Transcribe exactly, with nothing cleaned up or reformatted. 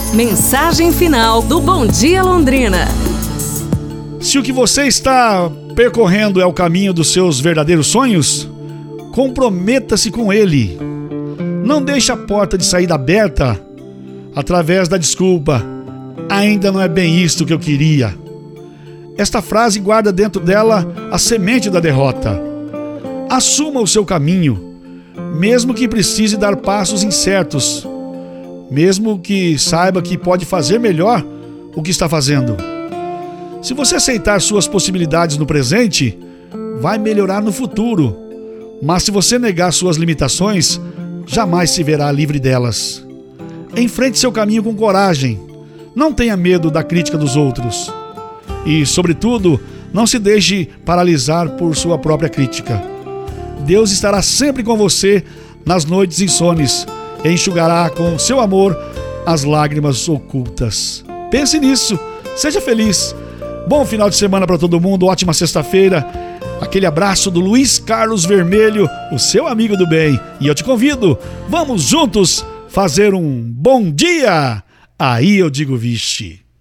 Mensagem final do Bom Dia Londrina. Se o que você está percorrendo é o caminho dos seus verdadeiros sonhos, comprometa-se com ele. Não deixe a porta de saída aberta através da desculpa: ainda não é bem isto que eu queria. Esta frase guarda dentro dela a semente da derrota. Assuma o seu caminho, mesmo que precise dar passos incertos, mesmo que saiba que pode fazer melhor o que está fazendo. Se você aceitar suas possibilidades no presente, vai melhorar no futuro. Mas se você negar suas limitações, jamais se verá livre delas. Enfrente seu caminho com coragem. Não tenha medo da crítica dos outros. E, sobretudo, não se deixe paralisar por sua própria crítica. Deus estará sempre com você nas noites insones e enxugará com seu amor as lágrimas ocultas. Pense nisso. Seja feliz. Bom final de semana para todo mundo. Ótima sexta-feira. Aquele abraço do Luiz Carlos Vermelho, o seu amigo do bem. E eu te convido, vamos juntos fazer um bom dia. Aí eu digo vixe.